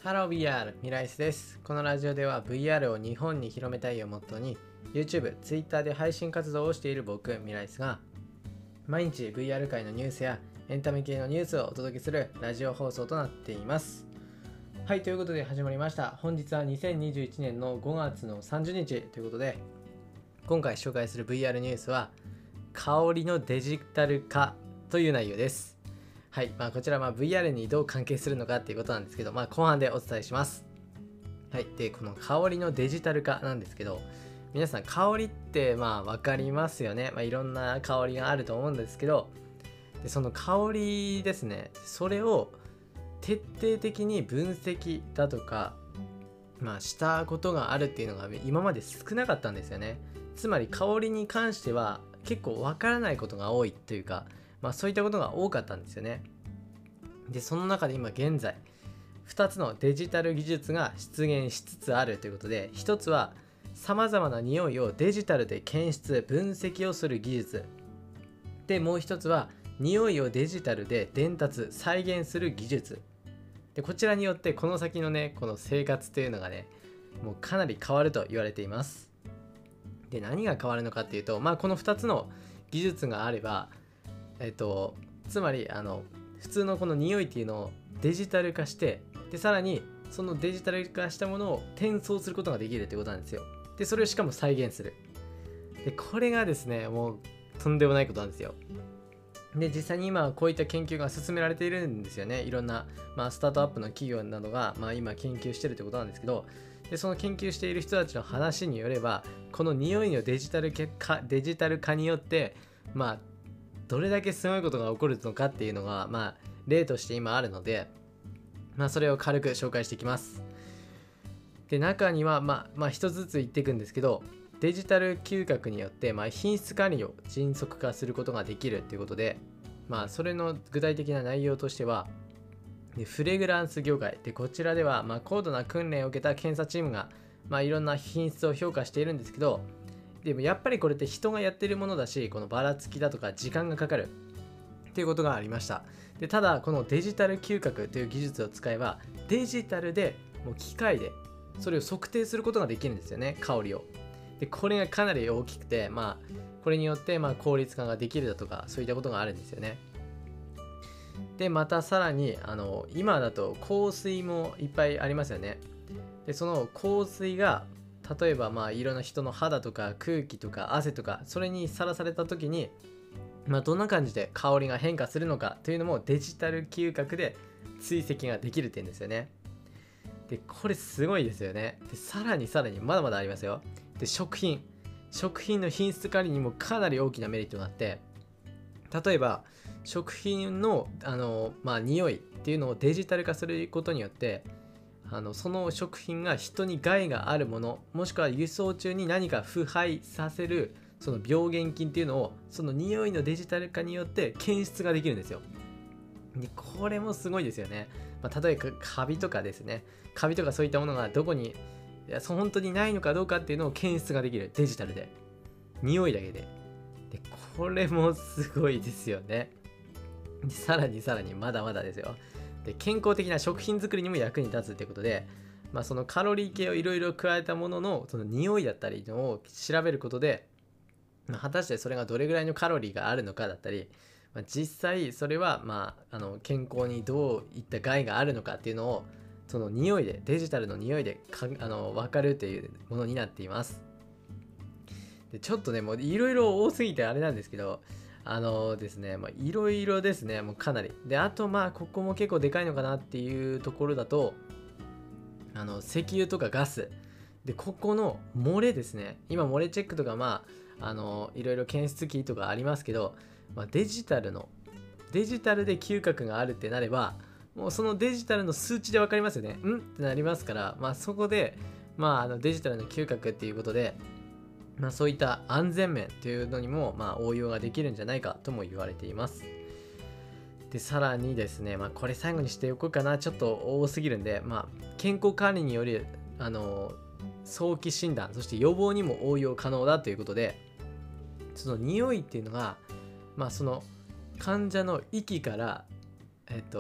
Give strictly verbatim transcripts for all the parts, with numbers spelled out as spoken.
ハロー ビーアール ミライスです。このラジオでは ブイアール を日本に広めたいをモットーに YouTube、Twitter で配信活動をしている僕、ミライスが毎日 ブイアール 界のニュースやエンタメ系のニュースをお届けするラジオ放送となっています。はい、ということで始まりました。本日はにせんにじゅういちねんのごがつのさんじゅうにちということで、今回紹介する ブイアール ニュースは香りのデジタル化という内容です。はい、まあ、こちらは ブイアール にどう関係するのかっていうことなんですけど、まあ、後半でお伝えします。はい、でこの香りのデジタル化なんですけど、皆さん香りってまあ分かりますよね。まあ、いろんな香りがあると思うんですけど、でその香りですね、それを徹底的に分析だとか、まあ、したことがあるっていうのが今まで少なかったんですよね。つまり香りに関しては結構分からないことが多いというか、まあ、そういったことが多かったんですよね。でその中で今現在ふたつのデジタル技術が出現しつつあるということで、ひとつはさまざまな匂いをデジタルで検出分析をする技術で、もうひとつは匂いをデジタルで伝達再現する技術で、こちらによってこの先のねこの生活というのがねもうかなり変わると言われています。で何が変わるのかっていうと、まあこのふたつの技術があればえっとつまりあの普通のこの匂いっていうのをデジタル化して、でさらにそのデジタル化したものを転送することができるってことなんですよ。でそれをしかも再現する。でこれがですねもうとんでもないことなんですよ。で実際に今はこういった研究が進められているんですよね。いろんな、まあ、スタートアップの企業などが、まあ、今研究してるってことなんですけど、でその研究している人たちの話によれば、この匂いのデジタル化デジタル化によってまあどれだけすごいことが起こるのかっていうのが、まあ、例として今あるので、まあ、それを軽く紹介していきます。で中には、まあ、まあ一つずつ言っていくんですけど、デジタル嗅覚によって、まあ、品質管理を迅速化することができるということで、まあ、それの具体的な内容としては、フレグランス業界でこちらでは、まあ、高度な訓練を受けた検査チームが、まあ、いろんな品質を評価しているんですけど、でもやっぱりこれって人がやってるものだし、このばらつきだとか時間がかかるっていうことがありました。でただこのデジタル嗅覚という技術を使えば、デジタルでもう機械でそれを測定することができるんですよね、香りを。でこれがかなり大きくて、まあこれによってまあ効率化ができるだとか、そういったことがあるんですよね。でまたさらにあの今だと香水もいっぱいありますよね。でその香水が例えばまあいろんな人の肌とか空気とか汗とかそれにさらされた時に、まあ、どんな感じで香りが変化するのかというのもデジタル嗅覚で追跡ができるっていうんですよね。でこれすごいですよね。でさらにさらにまだまだありますよ。で食品食品の品質管理にもかなり大きなメリットがあって、例えば食品のあの、まあ、匂いっていうのをデジタル化することによって、あのその食品が人に害があるもの、もしくは輸送中に何か腐敗させるその病原菌っていうのをその匂いのデジタル化によって検出ができるんですよ。でこれもすごいですよね。まあ、例えばカビとかですね、カビとかそういったものがどこにいや本当にないのかどうかっていうのを検出ができる、デジタルで匂いだけで。でこれもすごいですよね。でさらにさらにまだまだですよ。で健康的な食品作りにも役に立つってことで、まあ、そのカロリー系をいろいろ加えたもののその匂いだったりのを調べることで、まあ、果たしてそれがどれぐらいのカロリーがあるのかだったり、まあ、実際それは、まあ、あの健康にどういった害があるのかっていうのをその匂いで、デジタルの匂いでかあの分かるというものになっています。でちょっとねもういろいろ多すぎてあれなんですけど、あのですねまあいろいろですね、もうかなりで、あとまあここも結構でかいのかなっていうところだと、あの石油とかガスでここの漏れですね。今漏れチェックとかまああのいろいろ検出器とかありますけど、まあ、デジタルのデジタルで嗅覚があるってなれば、もうそのデジタルの数値で分かりますよね。んってなりますから、まあ、そこで、まあ、あのデジタルの嗅覚っていうことで、まあ、そういった安全面というのにも、まあ、応用ができるんじゃないかとも言われています。でさらにですね、まあ、これ最後にしておこうかな、ちょっと多すぎるんで、まあ、健康管理によりあの早期診断、そして予防にも応用可能だということで、その匂いっていうのが、まあ、その患者の息から、えっと、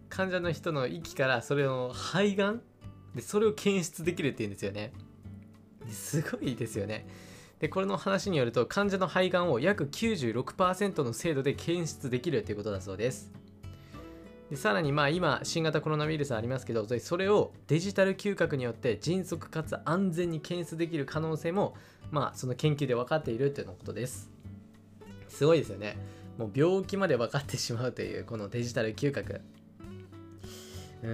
患者の人の息からそれを肺がんでそれを検出できるっていうんですよね。すごいですよね。でこれの話によると患者の肺がんを約 きゅうじゅうろくパーセント の精度で検出できるということだそうです。でさらにまあ今新型コロナウイルスありますけど、それをデジタル嗅覚によって迅速かつ安全に検出できる可能性もまあその研究で分かっているということです。すごいですよね。もう病気まで分かってしまうというこのデジタル嗅覚。うん、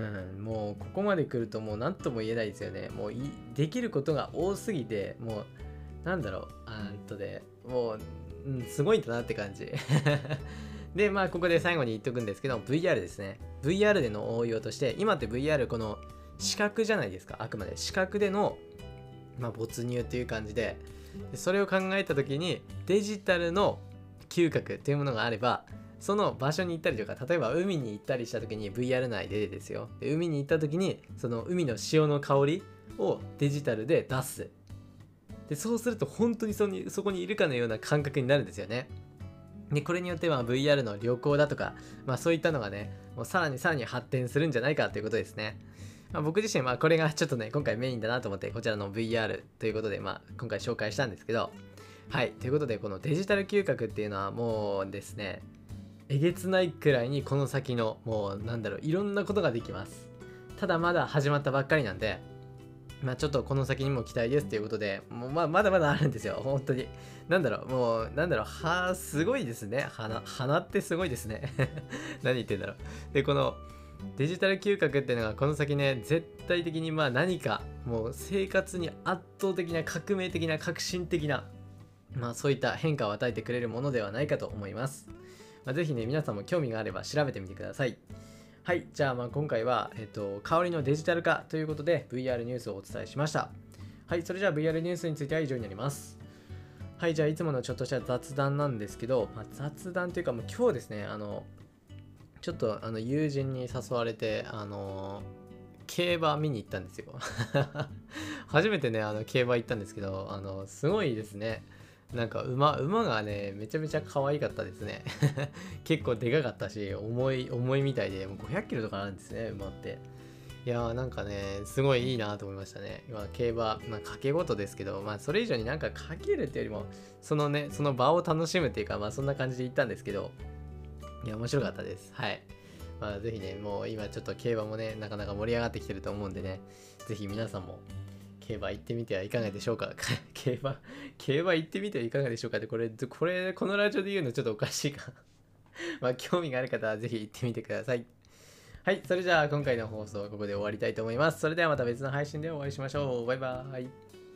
もうここまで来るともう何とも言えないですよね。もういできることが多すぎて、もうなんだろう、あんとでもう、うん、すごいんだなって感じ。でまあここで最後に言っとくんですけど ブイアール ですね。 ブイアール での応用として、今って ブイアール この視覚じゃないですか。あくまで視覚での、まあ、没入っていう感じで、それを考えた時にデジタルの嗅覚っていうものがあれば、その場所に行ったりとか、例えば海に行ったりした時に ブイアール 内でですよ、で海に行った時にその海の潮の香りをデジタルで出す。でそうすると本当に そ, にそこにいるかのような感覚になるんですよね。でこれによっては ブイアール の旅行だとか、まあ、そういったのがね、もうさらにさらに発展するんじゃないかということですね。まあ、僕自身はこれがちょっとね今回メインだなと思ってこちらの ブイアール ということで、まあ、今回紹介したんですけど、はいということでこのデジタル嗅覚っていうのはもうですね、えげつないくらいにこの先のもうなんだろう、いろんなことができます。ただまだ始まったばっかりなんで、まあちょっとこの先にも期待ですということで、もうまあまだまだあるんですよ本当に。なんだろう、もうなんだろう、はすごいですね。鼻鼻ってすごいですね。何言ってんだろう。でこのデジタル嗅覚っていうのがこの先ね、絶対的にまあ何かもう生活に圧倒的な革命的な革新的な、まあそういった変化を与えてくれるものではないかと思います。まあ、ぜひね皆さんも興味があれば調べてみてください。はい、じゃあまあ今回は、えっと、香りのデジタル化ということで ブイアール ニュースをお伝えしました。はい、それじゃあ ブイアール ニュースについては以上になります。はい、じゃあいつものちょっとした雑談なんですけど、まあ、雑談というかもう今日ですね、あのちょっとあの友人に誘われて、あの競馬見に行ったんですよ。初めてねあの競馬行ったんですけど、あのすごいですね。なんか馬馬がねめちゃめちゃ可愛かったですね。結構でかかったし重い重いみたいで、もうごひゃくキロとかなんですね馬って。いやーなんかねすごいいいなと思いましたね。今競馬まあ賭け事ですけど、まあそれ以上になんか賭けるっていうよりもそのねその場を楽しむっていうか、まあそんな感じで行ったんですけど、いや面白かったです。はい。まあぜひね、もう今ちょっと競馬もねなかなか盛り上がってきてると思うんでね、ぜひ皆さんも競馬行ってみてはいかがでしょうか。競馬競馬行ってみてはいかがでしょうかって、これこれこのラジオで言うのちょっとおかしいか。まあ興味がある方はぜひ行ってみてください。はい、それじゃあ今回の放送はここで終わりたいと思います。それではまた別の配信でお会いしましょう。バイバーイ。